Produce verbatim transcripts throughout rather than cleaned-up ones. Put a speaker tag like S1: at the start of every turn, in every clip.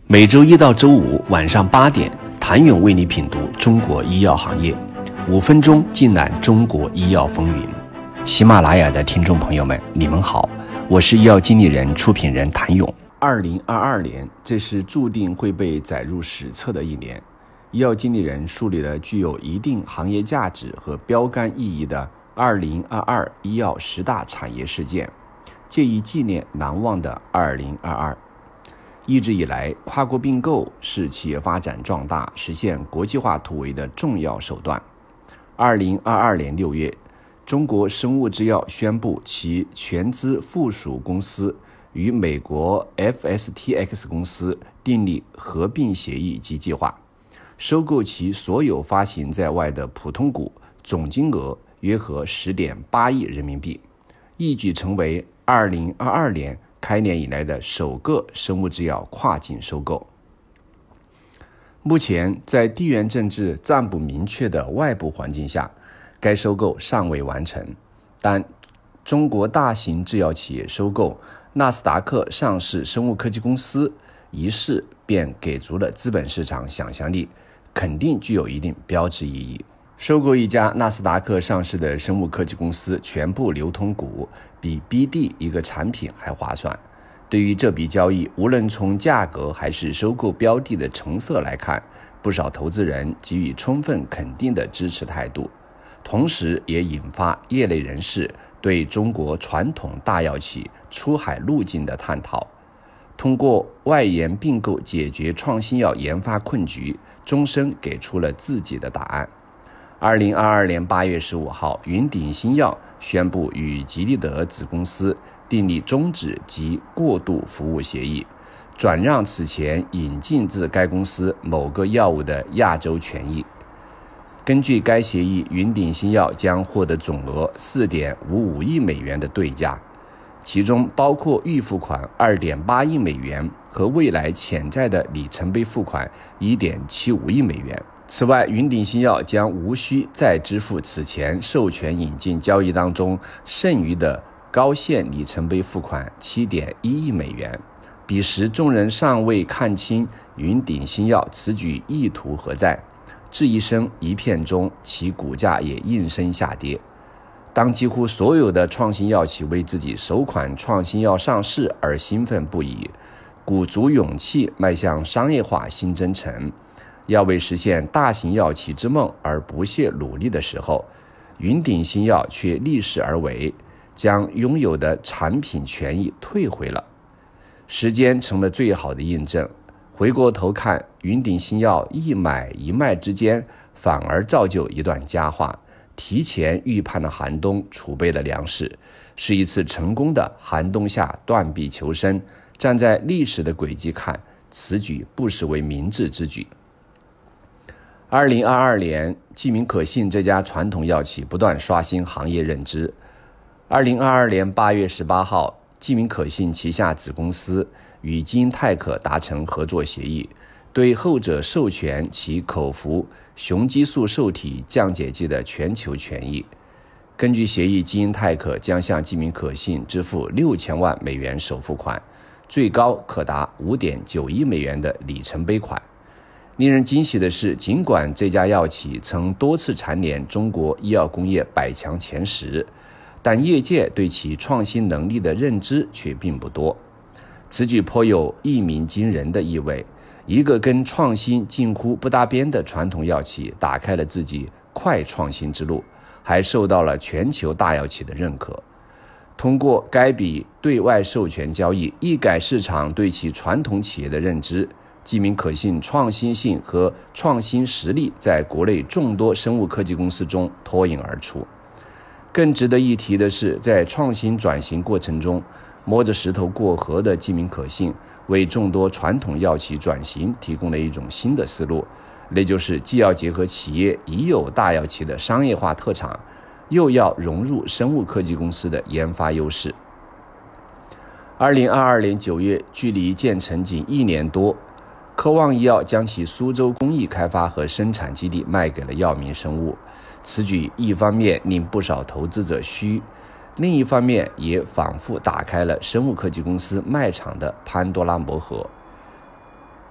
S1: 每周一到周五晚上八点，谭勇为你品读中国医药行业，五分钟尽览中国医药风云。喜马拉雅的听众朋友们，你们好，我是医药经理人、出品人谭勇。二零二二年，这是注定会被载入史册的一年。医药经理人树立了具有一定行业价值和标杆意义的二零二二医药十大产业事件，借以纪念难忘的二零二二。一直以来，跨国并购是企业发展壮大、实现国际化突围的重要手段。二零二二年六月，中国生物制药宣布其全资附属公司与美国 F S T X 公司订立合并协议及计划，收购其所有发行在外的普通股，总金额约合 十点八亿人民币，一举成为二零二二年开年以来的首个生物制药跨境收购。目前在地缘政治暂不明确的外部环境下，该收购尚未完成，但中国大型制药企业收购纳斯达克上市生物科技公司一事便给足了资本市场想象力，肯定具有一定标志意义。收购一家纳斯达克上市的生物科技公司全部流通股，比 B D 一个产品还划算。对于这笔交易，无论从价格还是收购标的的成色来看，不少投资人给予充分肯定的支持态度，同时也引发业内人士对中国传统大药企出海路径的探讨。通过外延并购解决创新药研发困局，终身给出了自己的答案。二零二二年八月十五号，云顶新药宣布与吉利德子公司订立终止及过渡服务协议，转让此前引进自该公司某个药物的亚洲权益。根据该协议，云顶新药将获得总额 四点五五亿美元的对价，其中包括预付款 二点八亿美元和未来潜在的里程碑付款 一点七五亿美元。此外，云顶新药将无需再支付此前授权引进交易当中剩余的高线里程碑付款 七点一亿美元。彼时众人尚未看清云顶新药此举意图何在，质疑声一片中，其股价也应声下跌。当几乎所有的创新药企为自己首款创新药上市而兴奋不已，鼓足勇气迈向商业化新征程，要为实现大型药企之梦而不懈努力的时候，云顶新药却逆势而为，将拥有的产品权益退回了。时间成了最好的印证，回过头看，云顶新药一买一卖之间，反而造就一段佳话，提前预判了寒冬，储备了粮食，是一次成功的寒冬下断臂求生。站在历史的轨迹看，此举不失为明智之举。二零二二年，济民可信这家传统药企不断刷新行业认知。二零二二年八月十八号，济民可信旗下子公司与基因泰克达成合作协议，对后者授权其口服雄激素受体降解剂的全球权益。根据协议，基因泰克将向济民可信支付六千万美元首付款，最高可达 五点九亿美元的里程碑款。令人惊喜的是，尽管这家药企曾多次蝉联中国医药工业百强前十，但业界对其创新能力的认知却并不多。此举颇有一鸣惊人的意味，一个跟创新近乎不搭边的传统药企打开了自己快创新之路，还受到了全球大药企的认可。通过该笔对外授权交易，一改市场对其传统企业的认知，济民可信创新性和创新实力在国内众多生物科技公司中脱颖而出。更值得一提的是，在创新转型过程中，摸着石头过河的济民可信为众多传统药企转型提供了一种新的思路，那就是既要结合企业已有大药企的商业化特长，又要融入生物科技公司的研发优势。二零二二年九月，距离建成仅一年多，科旺医药将其苏州工艺开发和生产基地卖给了药明生物。此举一方面令不少投资者虚，另一方面也仿佛打开了生物科技公司卖场的潘多拉魔盒。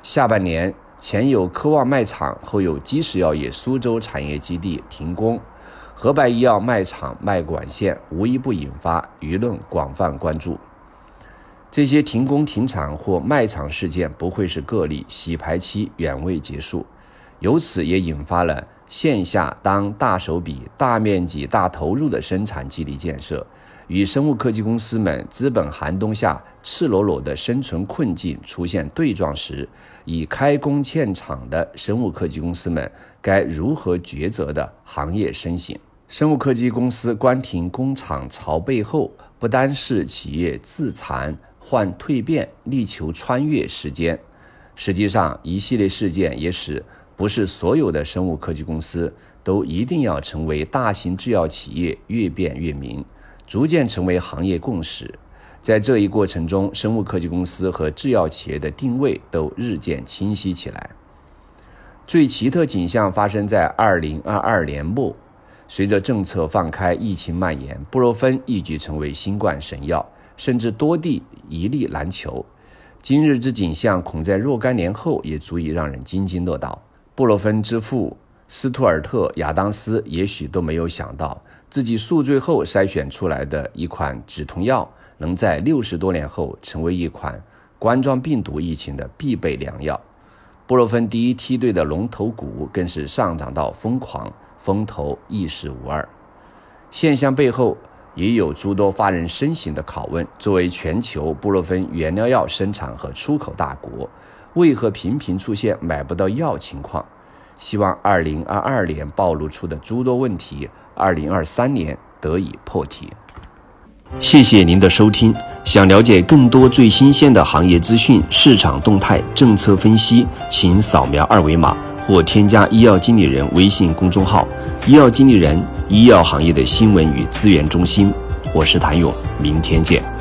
S1: 下半年前有科旺卖场，后有基石药业苏州产业基地停工，河北医药卖场卖管线无一不引发舆论广泛关注。这些停工停产或卖场事件不会是个例，洗牌期远未结束，由此也引发了线下当大手笔、大面积、大投入的生产基地建设，与生物科技公司们资本寒冬下赤裸裸的生存困境出现对撞时，已开工建厂的生物科技公司们该如何抉择的行业深省。生物科技公司关停工厂潮背后，不单是企业自残换蜕变、力求穿越时间，实际上一系列事件也使不是所有的生物科技公司都一定要成为大型制药企业越变越明，逐渐成为行业共识。在这一过程中，生物科技公司和制药企业的定位都日渐清晰起来。最奇特景象发生在二零二二年末，随着政策放开，疫情蔓延，布洛芬一举成为新冠神药，甚至多地一例难求。今日之景象，恐在若干年后也足以让人津津乐道。布洛芬之父斯图尔特·亚当斯也许都没有想到，自己宿醉后筛选出来的一款止痛药，能在六十多年后成为一款冠状病毒疫情的必备良药。布洛芬第一梯队的龙头股更是上涨到疯狂，风头一时无二。现象背后也有诸多发人深省的拷问：作为全球布洛芬原料药生产和出口大国，为何频频出现买不到药情况？希望二零二二年暴露出的诸多问题，二零二三年得以破题。谢谢您的收听。想了解更多最新鲜的行业资讯、市场动态、政策分析，请扫描二维码或添加医药经理人微信公众号“医药经理人”，医药行业的新闻与资源中心。我是谭勇，明天见。